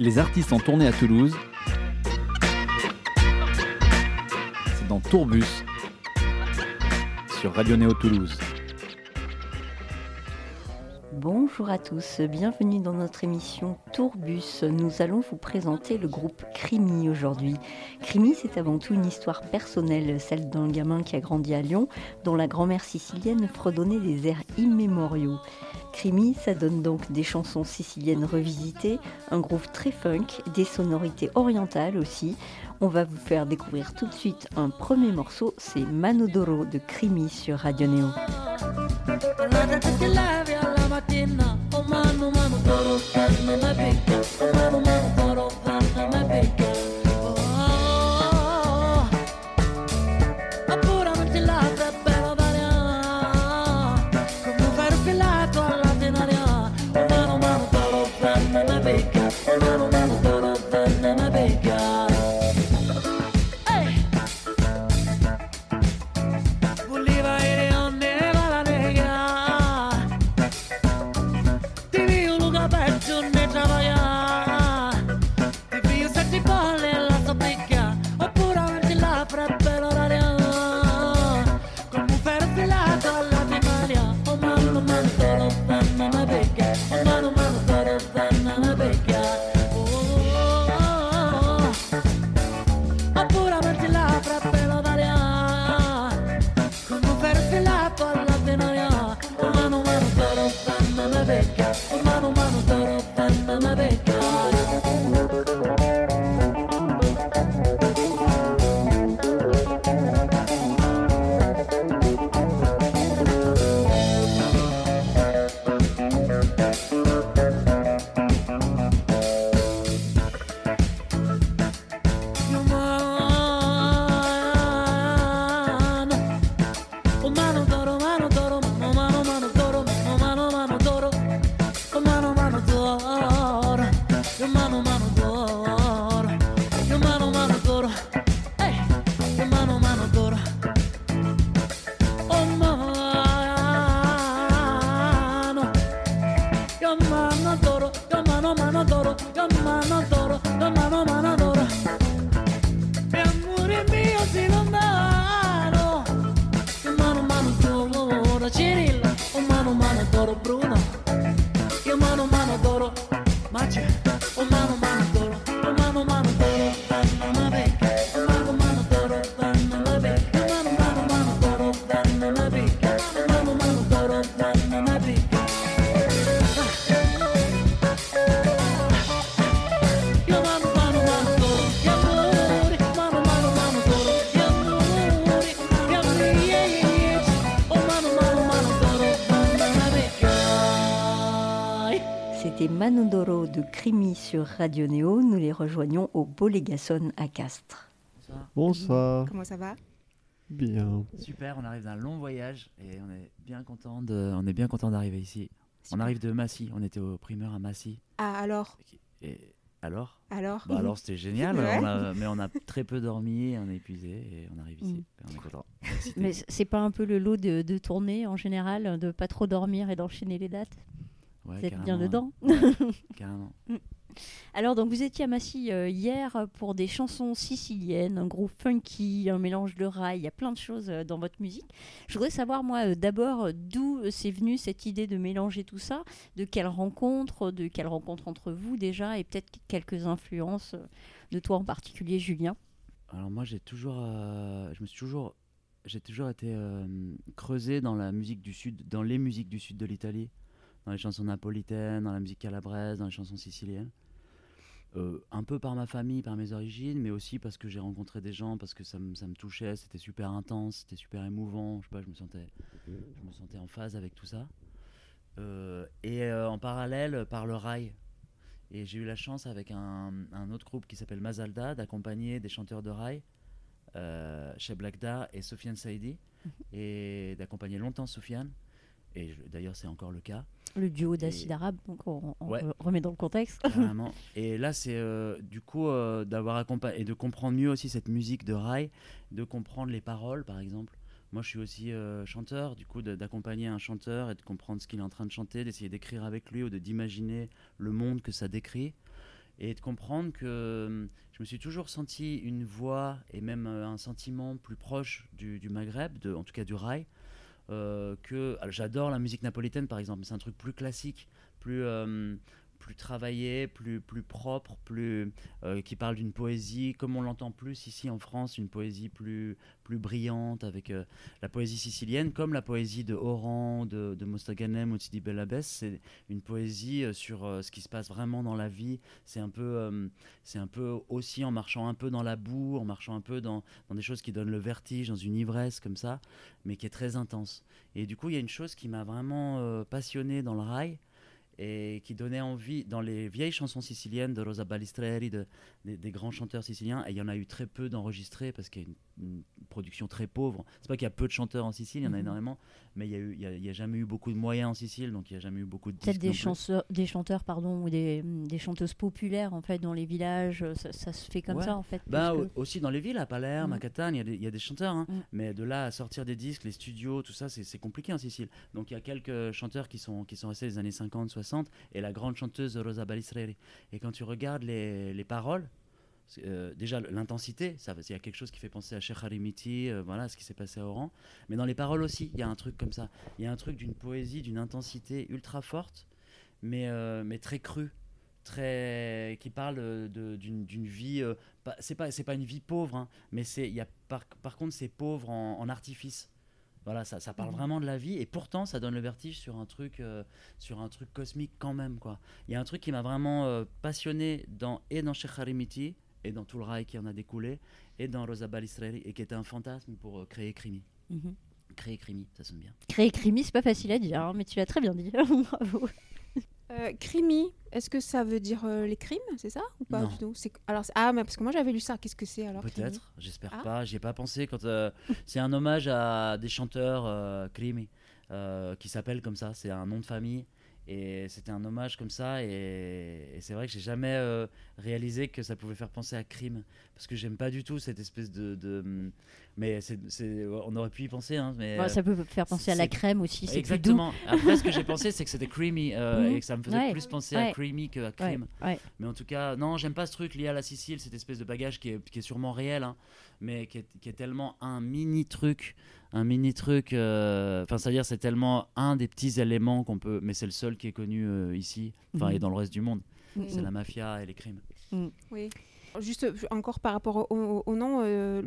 Les artistes en tournée à Toulouse. C'est dans Tourbus sur Radio Néo Toulouse. Bonjour à tous, bienvenue dans notre émission Tourbus. Nous allons vous présenter le groupe Crimi aujourd'hui. Crimi, c'est avant tout une histoire personnelle, celle d'un gamin qui a grandi à Lyon, dont la grand-mère sicilienne fredonnait des airs immémoriaux. Crimi, ça donne donc des chansons siciliennes revisitées, un groove très funk, des sonorités orientales aussi. On va vous faire découvrir tout de suite un premier morceau, c'est Mano d'Oro de Crimi sur Radio Néo. Mattina, oh mano mano toro, fanno la becca, oh mano mano toro, fanno la becca. Oh, puramente l'altra bella d'aria, come fare un filato alla tenaria. Oh mano mano toro, fanno la becca, oh mano mano toro, fanno la becca. C'était Mano d'Oro de Crimi sur Radio Néo. Nous les rejoignons au Bolégason à Castres. Bonsoir. Comment ça va ? Bien. Super, on arrive d'un long voyage et on est bien content d'arriver ici. Super. On arrive de Massy, on était au primeur à Massy. Ah alors ? Et alors ? Alors C'était génial, Ouais. mais on a très peu dormi, on est épuisé et on arrive ici. On est content. Mais c'est pas un peu le lot de tournée en général, de pas trop dormir et d'enchaîner les dates ? Ouais, Vous êtes bien dedans ? Carrément. Alors, donc, vous étiez à Massy hier pour des chansons siciliennes, un groupe funky, un mélange de rail, il y a plein de choses dans votre musique. Je voudrais savoir, moi, d'abord, d'où c'est venu cette idée de mélanger tout ça, de quelle rencontre entre vous déjà, et peut-être quelques influences de toi en particulier, Julien. Alors moi, j'ai toujours été creusé dans la musique du sud, dans les musiques du sud de l'Italie, dans les chansons napolitaines, dans la musique calabraise, dans les chansons siciliennes. Un peu par ma famille, par mes origines, mais aussi parce que j'ai rencontré des gens, parce que ça me touchait, c'était super intense, c'était super émouvant, je sais pas, je me sentais en phase avec tout ça. En parallèle, par le rail. Et j'ai eu la chance avec un autre groupe qui s'appelle Mazalda d'accompagner des chanteurs de rail, Cheb Lakdar et Sofiane Saïdi, et d'accompagner longtemps Sofiane. Et d'ailleurs, c'est encore le cas. Le duo d'Acide Arabe, donc on remet dans le contexte. Carrément. Et là, c'est du coup d'avoir accompagné et de comprendre mieux aussi cette musique de rail, de comprendre les paroles, par exemple. Moi, je suis aussi chanteur, du coup, d'accompagner un chanteur et de comprendre ce qu'il est en train de chanter, d'essayer d'écrire avec lui ou d'imaginer le monde que ça décrit. et de comprendre que je me suis toujours senti une voix et même un sentiment plus proche du Maghreb, en tout cas du raï. Alors, j'adore la musique napolitaine par exemple, mais c'est un truc plus classique, plus travaillé, plus propre, qui parle d'une poésie comme on l'entend plus ici en France, une poésie plus brillante avec la poésie sicilienne, comme la poésie de Oran, de Mostaganem ou de Sidi Bel Abbès. C'est une poésie sur ce qui se passe vraiment dans la vie. C'est un peu aussi en marchant un peu dans la boue, en marchant un peu dans des choses qui donnent le vertige, dans une ivresse comme ça, mais qui est très intense. Et du coup, il y a une chose qui m'a vraiment passionné dans le raï, et qui donnait envie dans les vieilles chansons siciliennes de Rosa Balistreri, des grands chanteurs siciliens, et il y en a eu très peu d'enregistrés parce qu'il y a une production très pauvre. C'est pas qu'il y a peu de chanteurs en Sicile, il y en a énormément, mais il y a jamais eu beaucoup de moyens en Sicile, donc il y a jamais eu beaucoup de disques. Peut-être des chanteurs ou des chanteuses populaires en fait dans les villages, ça se fait comme ça en fait. Aussi dans les villes, à Palerme, à Catane, il y a des chanteurs, hein, mais de là à sortir des disques, les studios, tout ça, c'est compliqué en Sicile. Donc il y a quelques chanteurs qui sont restés des années 50, 60, et la grande chanteuse Rosa Balistreri. Et quand tu regardes les paroles, déjà l'intensité, il y a quelque chose qui fait penser à Cheikh Harimiti, voilà ce qui s'est passé à Oran, mais dans les paroles aussi il y a un truc comme ça, il y a un truc d'une poésie, d'une intensité ultra forte, mais très crue, qui parle d'une vie, c'est pas une vie pauvre, hein, mais par contre c'est pauvre en artifice. Voilà, ça parle vraiment de la vie, et pourtant ça donne le vertige sur un truc cosmique quand même, quoi. Il y a un truc qui m'a vraiment passionné dans Cheikh Harimiti et dans tout le raï qui en a découlé, et dans Rosa Balistreri, et qui était un fantasme pour créer Crimi. Créer Crimi, ça sonne bien. Créer Crimi, c'est pas facile à dire, hein, mais tu l'as très bien dit. Bravo. Crimi, est-ce que ça veut dire les crimes, c'est ça ou pas Non. du tout? Mais parce que moi j'avais lu ça. Qu'est-ce que c'est alors? Peut-être, crimi j'espère pas. J'y ai pas pensé quand. C'est un hommage à des chanteurs Crimi qui s'appellent comme ça. C'est un nom de famille. Et c'était un hommage comme ça, et c'est vrai que j'ai jamais réalisé que ça pouvait faire penser à crime, parce que j'aime pas du tout cette espèce mais on aurait pu y penser, hein, mais Ça peut faire penser à la crème aussi, c'est exactement. Après, ce que j'ai pensé, c'est que c'était creamy, et que ça me faisait plus penser à creamy qu'à crime. Mais en tout cas, non, j'aime pas ce truc lié à la Sicile, cette espèce de bagage qui est sûrement réel, hein, mais qui est tellement un mini truc, c'est-à-dire c'est tellement un des petits éléments qu'on peut, mais c'est le seul qui est connu ici, et dans le reste du monde. C'est la mafia et les crimes. Oui. Juste encore par rapport au nom,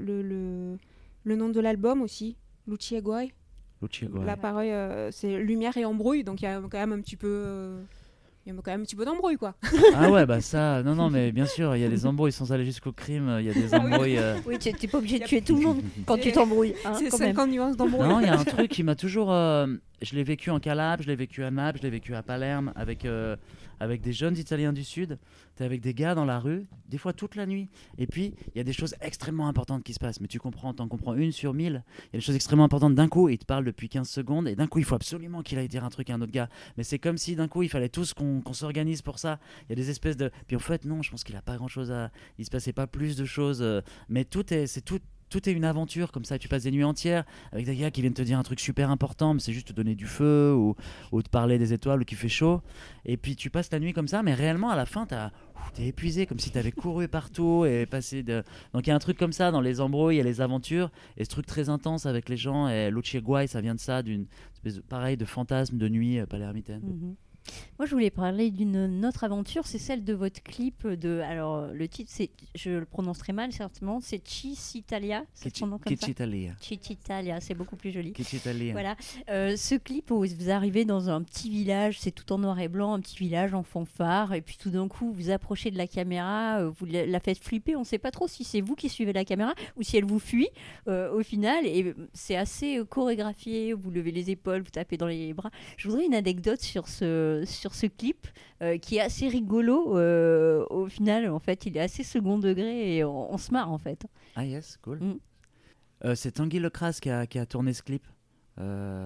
le nom de l'album aussi, Luci e Guai. La parole, c'est lumière et embrouille, donc il y a quand même un petit peu. Il y a quand même un petit peu d'embrouille, quoi. Ah ouais, bah ça, non, mais bien sûr, il y a des embrouilles sans aller jusqu'au crime, il y a des embrouilles. Oui, tu n'es pas obligé de tuer tout le monde quand tu t'embrouilles. Hein, c'est quand 50 nuances d'embrouille. Non, il y a un truc qui m'a toujours. Je l'ai vécu en Calabre, je l'ai vécu à Naples, je l'ai vécu à Palerme, avec des jeunes Italiens du Sud. T'es avec des gars dans la rue, des fois toute la nuit. Et puis, il y a des choses extrêmement importantes qui se passent. Mais t'en comprends une sur 1000. Il y a des choses extrêmement importantes. D'un coup, il te parle depuis 15 secondes. Et d'un coup, il faut absolument qu'il aille dire un truc à un autre gars. Mais c'est comme si d'un coup, il fallait tous qu'on s'organise pour ça. Il y a des espèces de. Puis en fait, non, je pense qu'il a pas grand-chose à. Il se passait pas plus de choses. Mais tout est une aventure comme ça. Tu passes des nuits entières avec des gars qui viennent te dire un truc super important, mais c'est juste te donner du feu ou te parler des étoiles ou qu'il fait chaud. Et puis tu passes la nuit comme ça, mais réellement à la fin t'es épuisé, comme si t'avais couru partout et passé de. Donc il y a un truc comme ça dans les embrouilles et les aventures, et ce truc très intense avec les gens. Et Luci e Guai, ça vient de ça, d'une espèce de fantasme de nuit palermitaine. Moi, je voulais parler d'une autre aventure, c'est celle de votre clip. Alors, le titre, je le prononce très mal, certainement, c'est Cicitalia. C'est son nom comme ça. Cicitalia, c'est beaucoup plus joli. Cicitalia. Voilà. Ce clip où vous arrivez dans un petit village, c'est tout en noir et blanc, un petit village en fanfare, et puis tout d'un coup, vous approchez de la caméra, vous la faites flipper. On ne sait pas trop si c'est vous qui suivez la caméra ou si elle vous fuit au final. Et c'est assez chorégraphié. Vous levez les épaules, vous tapez dans les bras. Je voudrais une anecdote sur ce clip qui est assez rigolo. Au final, en fait, il est assez second degré et on se marre, en fait. Ah yes, cool. C'est Tanguy Lecras qui a tourné ce clip. Et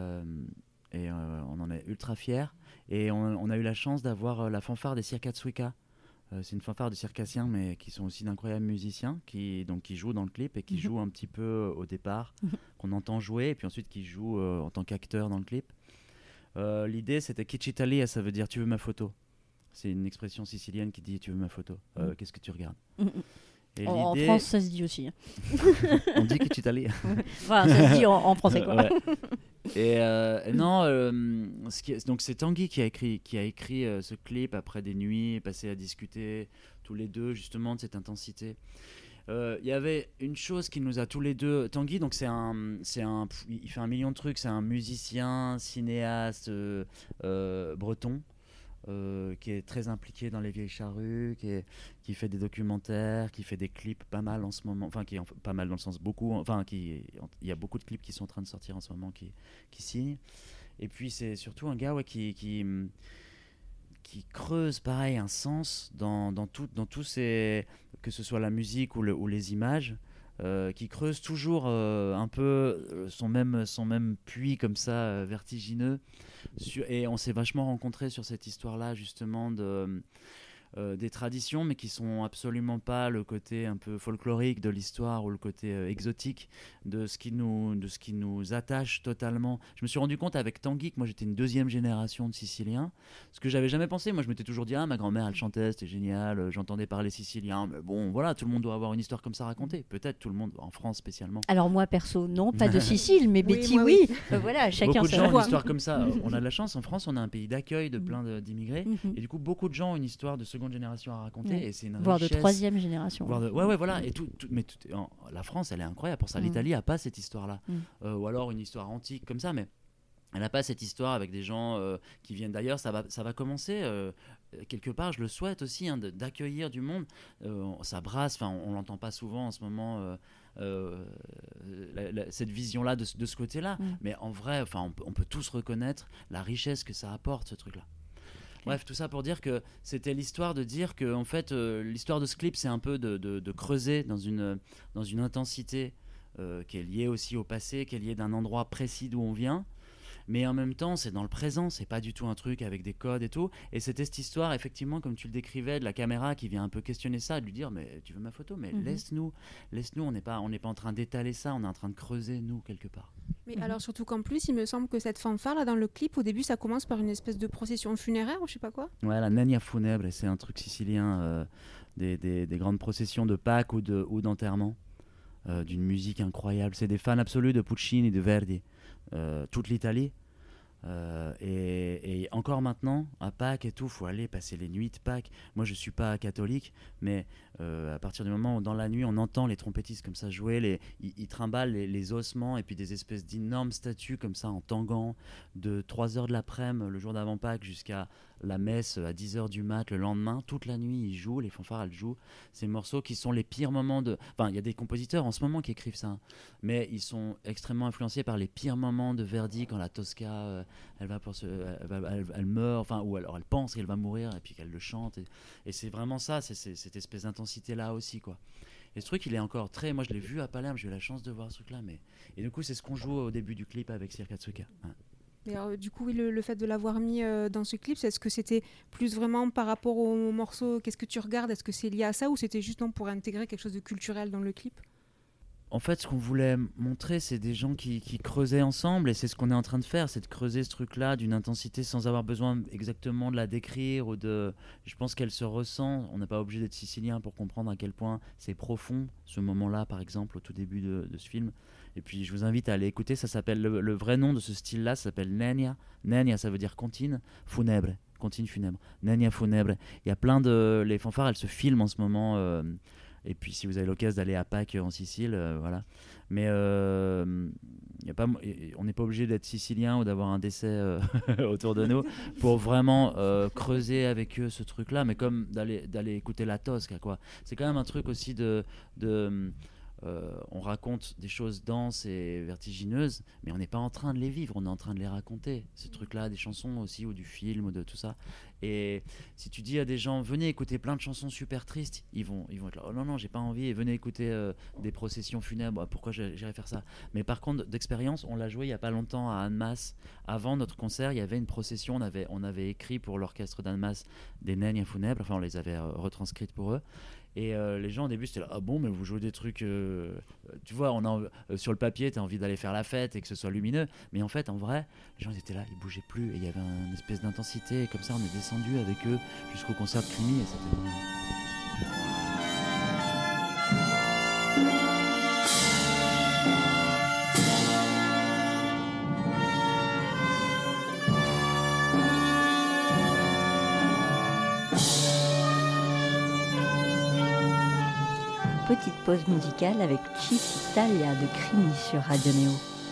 on en est ultra fiers. Et on a eu la chance d'avoir la fanfare des Circatswika. C'est une fanfare de circassiens, mais qui sont aussi d'incroyables musiciens, qui jouent dans le clip et qui jouent un petit peu au départ, qu'on entend jouer, et puis ensuite qui jouent en tant qu'acteurs dans le clip. L'idée, c'était Kichitalia, ça veut dire tu veux ma photo. C'est une expression sicilienne qui dit tu veux ma photo, qu'est-ce que tu regardes. Et En France, ça se dit aussi. On dit que tu t'allais. Enfin, ça se dit en français, quoi. Ouais. Et non, donc c'est Tanguy qui a écrit ce clip après des nuits passées à discuter tous les deux justement de cette intensité. Il y avait une chose qui nous a tous les deux. Tanguy, donc il fait un million de trucs. C'est un musicien, cinéaste breton. Qui est très impliqué dans les vieilles charrues, qui fait des documentaires, qui fait des clips pas mal en ce moment, enfin qui pas mal dans le sens beaucoup, enfin il y a beaucoup de clips qui sont en train de sortir en ce moment qui signent. Et puis c'est surtout un gars qui creuse pareil un sens dans tous ces, que ce soit la musique ou les images. Qui creuse toujours un peu son même puits comme ça vertigineux et on s'est vachement rencontrés sur cette histoire-là justement des traditions mais qui sont absolument pas le côté un peu folklorique de l'histoire ou le côté exotique de ce qui nous attache totalement. Je me suis rendu compte avec Tanguy que moi j'étais une deuxième génération de Siciliens, ce que j'avais jamais pensé. Moi je m'étais toujours dit ma grand-mère elle chantait, c'était génial, j'entendais parler sicilien, mais bon voilà, tout le monde doit avoir une histoire comme ça racontée, peut-être tout le monde en France spécialement. Alors moi perso non, pas de Sicile, mais Betty oui. Voilà, chacun beaucoup de gens ont voix. une histoire comme ça. On a de la chance en France, on a un pays d'accueil de plein d'immigrés et du coup beaucoup de gens ont une histoire de seconde génération à raconter et c'est une voire richesse, de troisième génération. Ouais voilà, et la France elle est incroyable pour ça. L'Italie a pas cette histoire là ou alors une histoire antique comme ça, mais elle n'a pas cette histoire avec des gens qui viennent d'ailleurs. Ça va commencer quelque part, je le souhaite aussi, d'accueillir du monde. Ça brasse, on l'entend pas souvent en ce moment cette vision-là de ce côté-là, mais en vrai, on peut tous reconnaître la richesse que ça apporte, ce truc-là. Bref, tout ça pour dire que c'était l'histoire de dire que en fait, l'histoire de ce clip, c'est un peu de creuser dans une intensité qui est liée aussi au passé, qui est liée d'un endroit précis d'où on vient. Mais en même temps, c'est dans le présent, c'est pas du tout un truc avec des codes et tout. Et c'était cette histoire, effectivement, comme tu le décrivais, de la caméra qui vient un peu questionner ça, de lui dire mais tu veux ma photo, mais laisse-nous, on n'est pas en train d'étaler ça, on est en train de creuser nous quelque part. Mais alors surtout qu'en plus, il me semble que cette fanfare là dans le clip, au début, ça commence par une espèce de procession funéraire ou je sais pas quoi. Ouais, la Nenia Funebre, c'est un truc sicilien, des grandes processions de Pâques ou d'enterrement, d'une musique incroyable. C'est des fans absolus de Puccini, de Verdi. Toute l'Italie et encore maintenant à Pâques et tout, faut aller passer les nuits de Pâques. Moi je suis pas catholique, mais à partir du moment où dans la nuit on entend les trompettistes comme ça jouer, ils trimballent les ossements et puis des espèces d'énormes statues comme ça en tangant de 3h de l'après-midi le jour d'avant Pâques jusqu'à la messe à 10h du mat le lendemain, toute la nuit ils jouent, les fanfares elles jouent ces morceaux qui sont les pires moments de... Enfin il y a des compositeurs en ce moment qui écrivent ça, mais ils sont extrêmement influencés par les pires moments de Verdi quand la Tosca elle meurt, ou alors elle pense qu'elle va mourir et puis qu'elle le chante et c'est vraiment ça, c'est cette espèce d'intensité là aussi quoi. Et ce truc il est encore très... Moi je l'ai vu à Palerme, j'ai eu la chance de voir ce truc là, et du coup c'est ce qu'on joue au début du clip avec Sir Katsuka. Mais alors, du coup, oui, le fait de l'avoir mis dans ce clip, est-ce que c'était plus vraiment par rapport au morceau, qu'est-ce que tu regardes, est-ce que c'est lié à ça ou c'était juste pour intégrer quelque chose de culturel dans le clip ? En fait, ce qu'on voulait montrer, c'est des gens qui creusaient ensemble, et c'est ce qu'on est en train de faire, c'est de creuser ce truc-là d'une intensité sans avoir besoin exactement de la décrire ou de... Je pense qu'elle se ressent. On n'est pas obligé d'être sicilien pour comprendre à quel point c'est profond, ce moment-là, par exemple, au tout début de ce film. Et puis, je vous invite à aller écouter. Ça s'appelle le vrai nom de ce style-là, ça s'appelle Nenia. Nenia, ça veut dire comptine funèbre, comptine funèbre. Nenia funèbre. Il y a plein de... Les fanfares, elles se filment en ce moment. Et puis si vous avez l'occasion d'aller à Pâques en Sicile, voilà. Mais on n'est pas obligé d'être sicilien ou d'avoir un décès autour de nous pour vraiment creuser avec eux ce truc-là. Mais comme d'aller écouter la Tosca, quoi. C'est quand même un truc aussi on raconte des choses denses et vertigineuses, mais on n'est pas en train de les vivre, on est en train de les raconter. Ce truc-là, des chansons aussi, ou du film, ou de tout ça. Et si tu dis à des gens, venez écouter plein de chansons super tristes, ils vont être là, oh non, j'ai pas envie, et venez écouter des processions funèbres, pourquoi j'irais faire ça ? Mais par contre, d'expérience, on l'a joué il y a pas longtemps à Annemasse. Avant notre concert, il y avait une procession, on avait écrit pour l'orchestre d'Annemasse des Nenia funèbres, on les avait retranscrites pour eux. Et les gens au début c'était là, ah bon, mais vous jouez des trucs, tu vois, sur le papier t'as envie d'aller faire la fête et que ce soit lumineux, mais en fait en vrai les gens ils étaient là, ils bougeaient plus et il y avait une espèce d'intensité, et comme ça on est descendu avec eux jusqu'au concert de Crimi et c'était vraiment... Petite pause musicale avec Cisitalia de Crimi sur Radio Néo.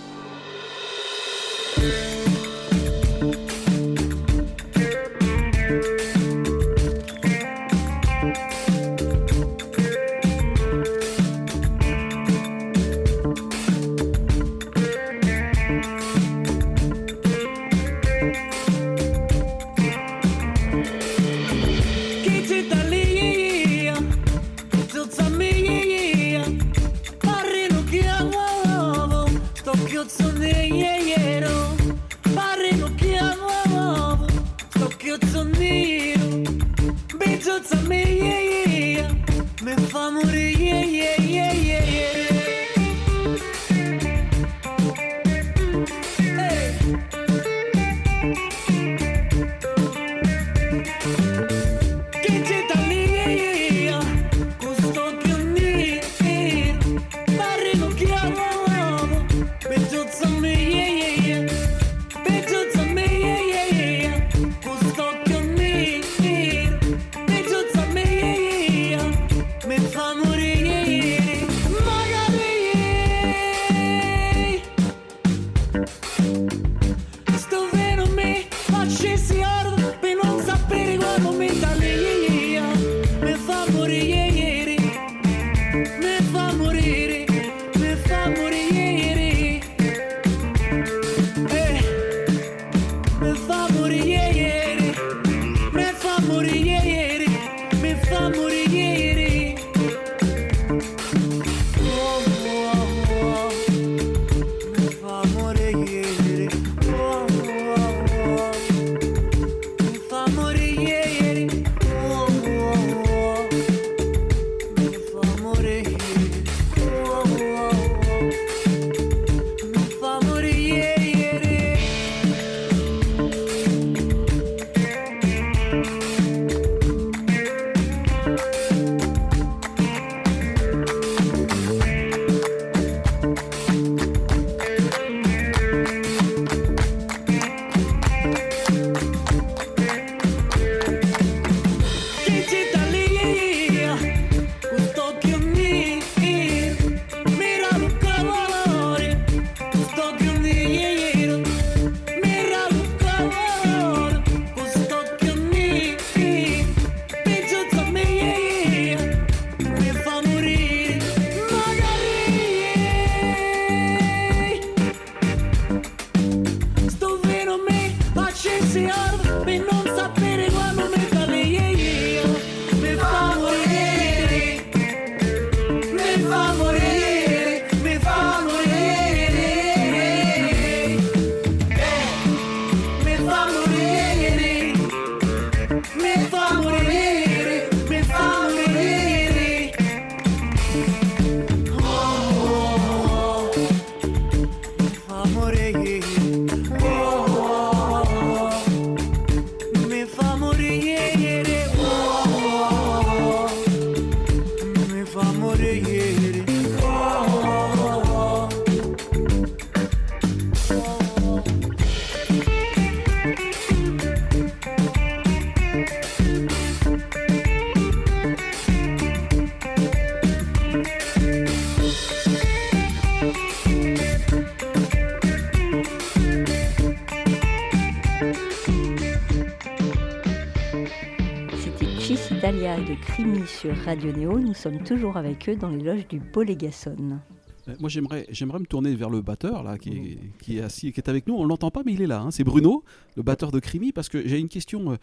Cisitalia de Crimi sur Radio Néo. Nous sommes toujours avec eux dans les loges du Polégason. Moi, j'aimerais me tourner vers le batteur là, qui est assis, qui est avec nous. On ne l'entend pas, mais il est là. Hein. C'est Bruno, le batteur de Crimi, parce que j'ai une question.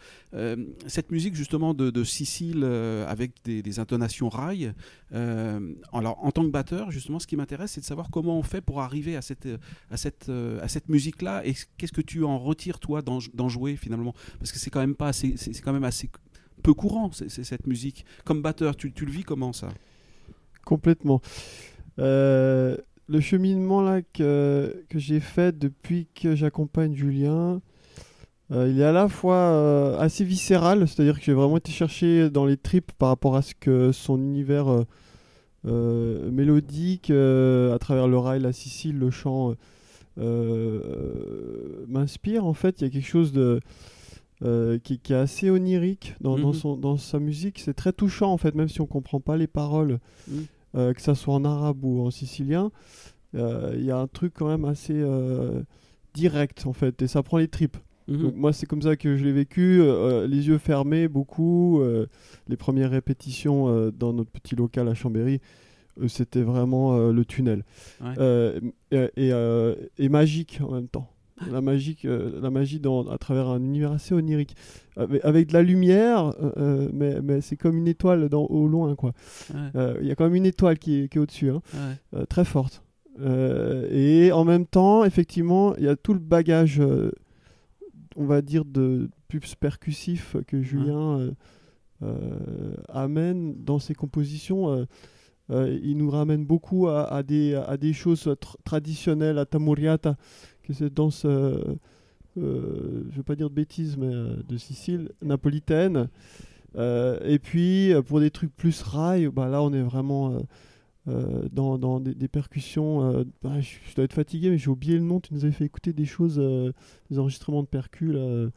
Cette musique justement de Sicile avec des intonations rail. Alors, en tant que batteur, justement, ce qui m'intéresse, c'est de savoir comment on fait pour arriver à cette musique-là, et qu'est-ce que tu en retires toi d'en jouer finalement, parce que c'est quand même pas assez. C'est quand même assez peu courant, c'est cette musique. Comme batteur, tu le vis comment ça ? Complètement. Le cheminement là que j'ai fait depuis que j'accompagne Julien, il est à la fois assez viscéral, c'est-à-dire que j'ai vraiment été chercher dans les tripes par rapport à ce que son univers mélodique, à travers le rail, la Sicile, le chant, m'inspire. En fait, il y a quelque chose qui est assez onirique dans sa musique. C'est très touchant, en fait, même si on ne comprend pas les paroles, que ça soit en arabe ou en sicilien. Il y a un truc quand même assez direct, en fait, et ça prend les tripes. Donc moi, c'est comme ça que je l'ai vécu, les yeux fermés beaucoup. Les premières répétitions dans notre petit local à Chambéry, c'était vraiment le tunnel. Et magique en même temps. La magie à travers un univers assez onirique. Avec de la lumière, mais c'est comme une étoile au loin, quoi. Il y a quand même une étoile qui est au-dessus, hein, très forte. Et en même temps, effectivement, il y a tout le bagage... on va dire de plus percussif que Julien amène dans ses compositions. Il nous ramène beaucoup à des choses traditionnelles, à Tamuriata, que c'est danse, je ne veux pas dire de bêtises, mais de Sicile, napolitaine. Et puis, pour des trucs plus rail, là, on est vraiment... dans des percussions, je dois être fatigué, mais j'ai oublié le nom. Tu nous avais fait écouter des choses, des enregistrements de percus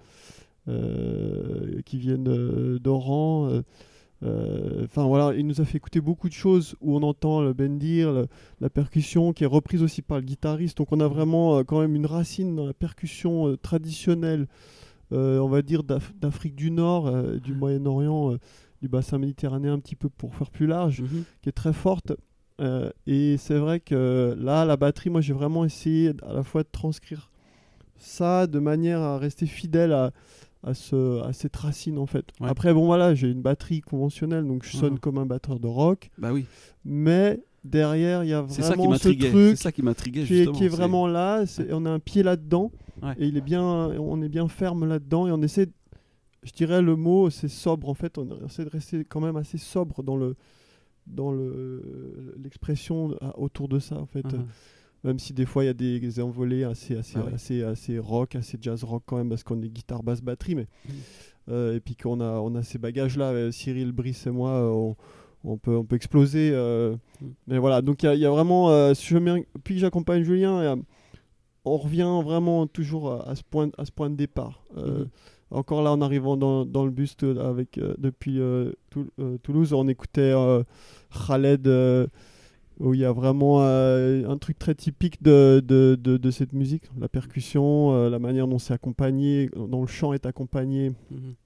qui viennent d'Oran. Enfin voilà, il nous a fait écouter beaucoup de choses où on entend le bendir, la percussion qui est reprise aussi par le guitariste. Donc on a vraiment quand même une racine dans la percussion traditionnelle, on va dire d'Afrique du Nord, du Moyen-Orient, du bassin méditerranéen un petit peu pour faire plus large, qui est très forte. Et c'est vrai que là, la batterie, moi j'ai vraiment essayé à la fois de transcrire ça de manière à rester fidèle à cette racine en fait. Après bon voilà, j'ai une batterie conventionnelle, donc je sonne comme un batteur de rock. Bah oui. Mais derrière, il y a vraiment ce truc c'est ça qui m'intriguait justement. Qui est vraiment là, on a un pied là-dedans, et on est bien ferme là-dedans, et on essaie, je dirais le mot, c'est sobre en fait, on essaie de rester quand même assez sobre dans l'expression autour de ça en fait. Même si des fois il y a des envolées assez rock, assez jazz rock quand même, parce qu'on est guitare, basse, batterie, mais et puis qu'on a ces bagages là, Cyril, Brice et moi, on peut exploser, mais voilà, donc il y a vraiment puis que j'accompagne Julien, on revient vraiment toujours à ce point de départ. Encore là, en arrivant dans le bus depuis Toulouse, on écoutait Khaled, où il y a vraiment un truc très typique de cette musique, la percussion, la manière dont c'est accompagné, dont le chant est accompagné,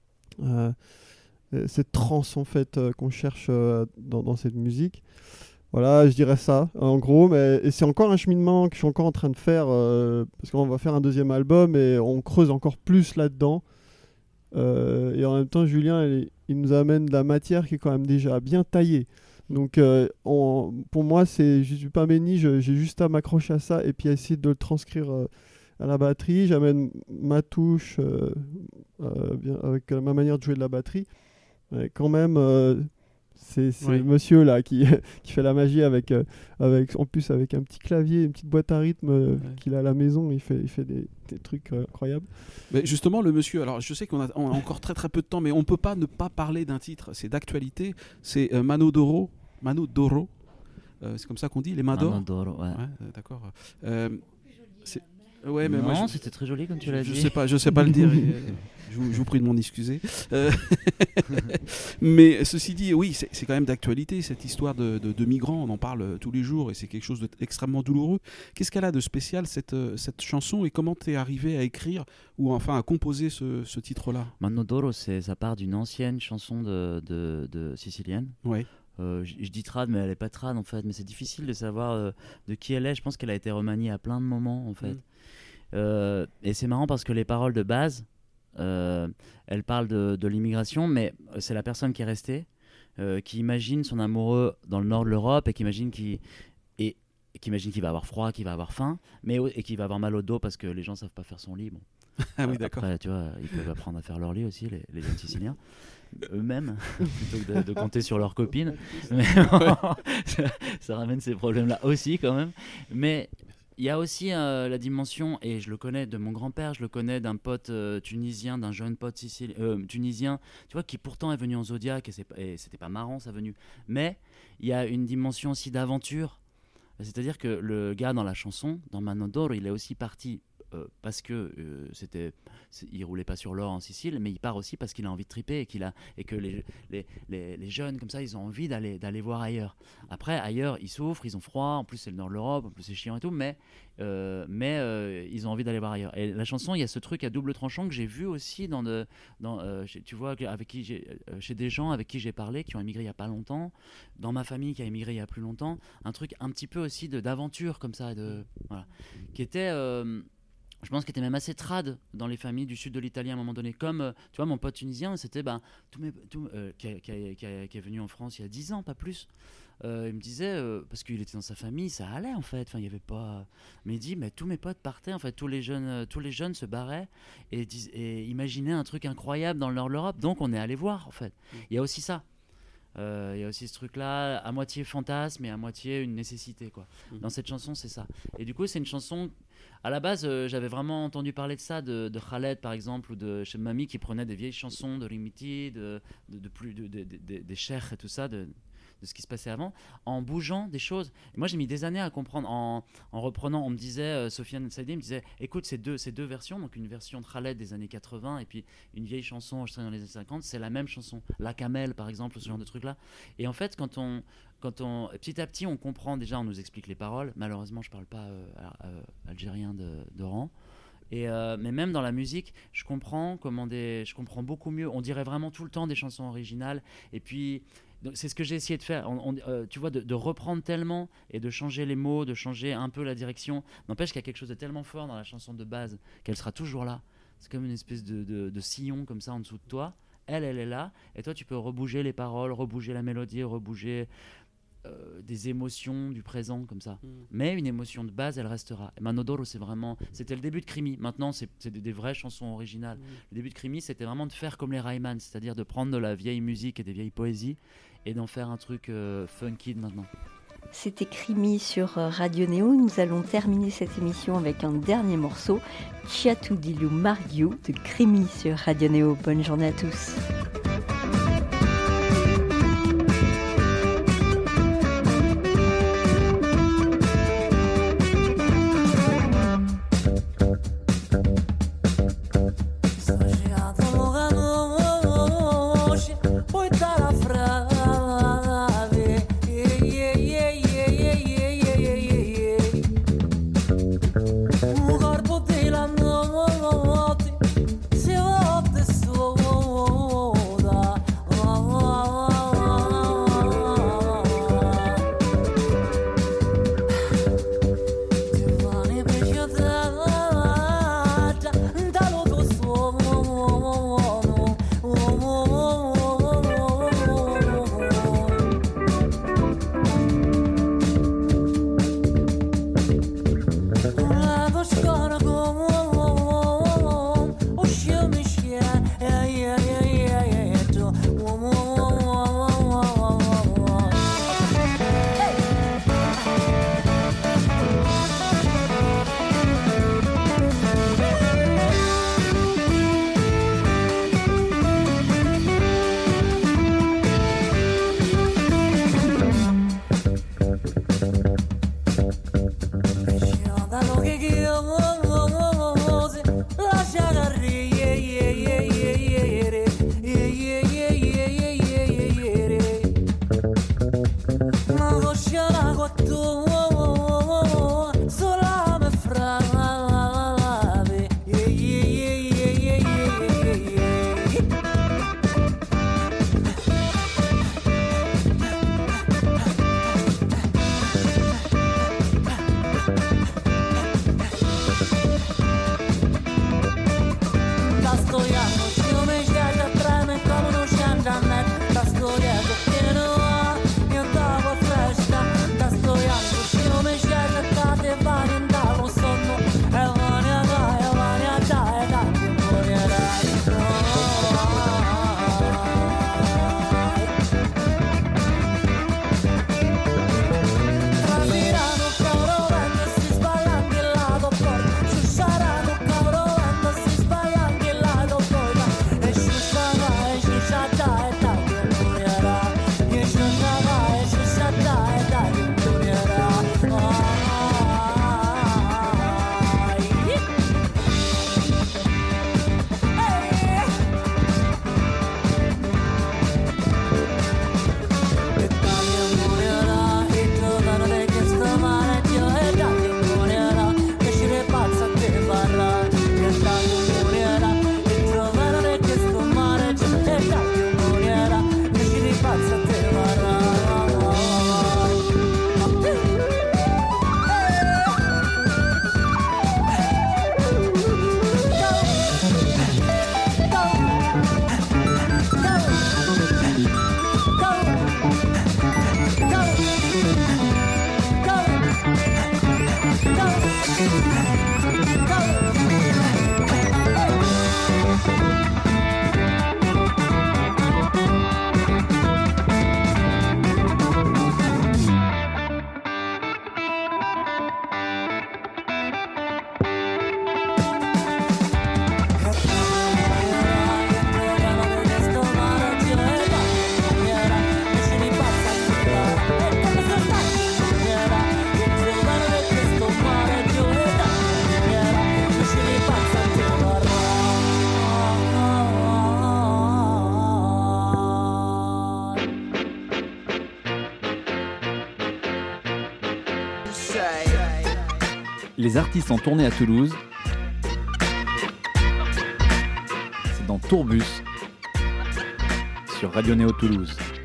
cette transe en fait qu'on cherche dans cette musique. Voilà, je dirais ça en gros, et c'est encore un cheminement que je suis encore en train de faire, parce qu'on va faire un deuxième album et on creuse encore plus là-dedans. Et en même temps, Julien, il nous amène de la matière qui est quand même déjà bien taillée. Donc, pour moi, je suis pas béni, j'ai juste à m'accrocher à ça et puis à essayer de le transcrire à la batterie. J'amène ma touche avec ma manière de jouer de la batterie. Mais quand même, c'est le monsieur là qui fait la magie avec en plus avec un petit clavier, une petite boîte à rythme qu'il a à la maison. Il fait des trucs incroyables. Mais justement, le monsieur, alors je sais qu'on a encore très très peu de temps, mais on peut pas ne pas parler d'un titre, c'est d'actualité, c'est Mano Doro, c'est comme ça qu'on dit, les mains d'or. Mano Doro, ouais. D'accord. Mais non, c'était très joli comme tu l'as dit. Je sais pas le dire. Je vous prie de m'en excuser. Mais ceci dit, oui, c'est quand même d'actualité cette histoire de migrants. On en parle tous les jours et c'est quelque chose d'extrêmement douloureux. Qu'est-ce qu'elle a de spécial cette chanson, et comment t'es arrivé à écrire ou enfin à composer ce titre-là? Mano Doro, ça part d'une ancienne chanson de sicilienne. Ouais. Je dis trad, mais elle est pas trad en fait. Mais c'est difficile de savoir de qui elle est. Je pense qu'elle a été remaniée à plein de moments en fait. Et c'est marrant parce que les paroles de base, elles parlent de l'immigration, mais c'est la personne qui est restée, qui imagine son amoureux dans le nord de l'Europe et qui imagine qu'il va avoir froid, qu'il va avoir faim, et qu'il va avoir mal au dos parce que les gens savent pas faire son lit. Bon. Ah oui, d'accord. Après, tu vois, ils peuvent apprendre à faire leur lit aussi, les jeunes Siciliens. Eux-mêmes, plutôt que de compter sur leurs copines. Mais ça ramène ces problèmes-là aussi, quand même. Mais il y a aussi la dimension, et je le connais de mon grand-père, je le connais d'un pote tunisien, d'un jeune pote tunisien, tu vois, qui pourtant est venu en Zodiac, et c'était pas marrant sa venue. Mais il y a une dimension aussi d'aventure. C'est-à-dire que le gars dans la chanson, dans Manodoro, il est aussi parti parce que il roulait pas sur l'or en Sicile, mais il part aussi parce qu'il a envie de triper et que les jeunes comme ça, ils ont envie d'aller voir ailleurs. Après, ailleurs, ils souffrent, ils ont froid, en plus c'est le nord de l'Europe, en plus c'est chiant et tout, mais ils ont envie d'aller voir ailleurs. Et la chanson, il y a ce truc à double tranchant que j'ai vu aussi tu vois, chez des gens avec qui j'ai parlé, qui ont émigré il y a pas longtemps, dans ma famille qui a émigré il y a plus longtemps, un truc un petit peu aussi d'aventure comme ça, voilà, qui était je pense qu'il était même assez trad dans les familles du sud de l'Italie à un moment donné. Comme, tu vois, mon pote tunisien, c'était qui est venu en France il y a 10 ans, pas plus. Il me disait, parce qu'il était dans sa famille, ça allait en fait. Enfin, il y avait pas. Mais il dit, mais tous mes potes partaient, en fait, tous les jeunes se barraient et imaginaient un truc incroyable dans l'Europe. Donc, on est allé voir, en fait. Il y a aussi ça. Il y a aussi ce truc-là, à moitié fantasme et à moitié une nécessité, quoi. Dans cette chanson, c'est ça. Et du coup, c'est une chanson. À la base, j'avais vraiment entendu parler de ça, de Khaled par exemple, ou de chez Mamie qui prenait des vieilles chansons de Rimiti, des cheikhs et tout ça, de ce qui se passait avant, en bougeant des choses. Et moi, j'ai mis des années à comprendre, en reprenant. On me disait, Sofiane Saidi me disait, écoute, ces deux versions, donc une version de Khaled des années 80 et puis une vieille chanson enregistrée dans les années 50, c'est la même chanson. La Camel, par exemple, ce genre de truc-là. Et en fait, quand on petit à petit, on comprend déjà, on nous explique les paroles. Malheureusement, je parle pas algérien de rang. Mais même dans la musique, je comprends beaucoup mieux. On dirait vraiment tout le temps des chansons originales. Et puis, donc, c'est ce que j'ai essayé de faire. Tu vois, de reprendre tellement et de changer les mots, de changer un peu la direction. N'empêche qu'il y a quelque chose de tellement fort dans la chanson de base qu'elle sera toujours là. C'est comme une espèce de sillon comme ça en dessous de toi. Elle est là. Et toi, tu peux rebouger les paroles, rebouger la mélodie, rebouger des émotions du présent comme ça. Mais une émotion de base, elle restera. Et Manodoro, c'était le début de Crimi. Maintenant, c'est des vraies chansons originales. Le début de Crimi, c'était vraiment de faire comme les Rayman, c'est-à-dire de prendre de la vieille musique et des vieilles poésies et d'en faire un truc funky de maintenant. C'était Crimi sur Radio Néo. Nous allons terminer cette émission avec un dernier morceau, Ciatu Dilu Margiu de Crimi sur Radio Néo. Bonne journée à tous. Un corpo della notte si va Les artistes en tournée à Toulouse, c'est dans Tourbus sur Radio Néo Toulouse.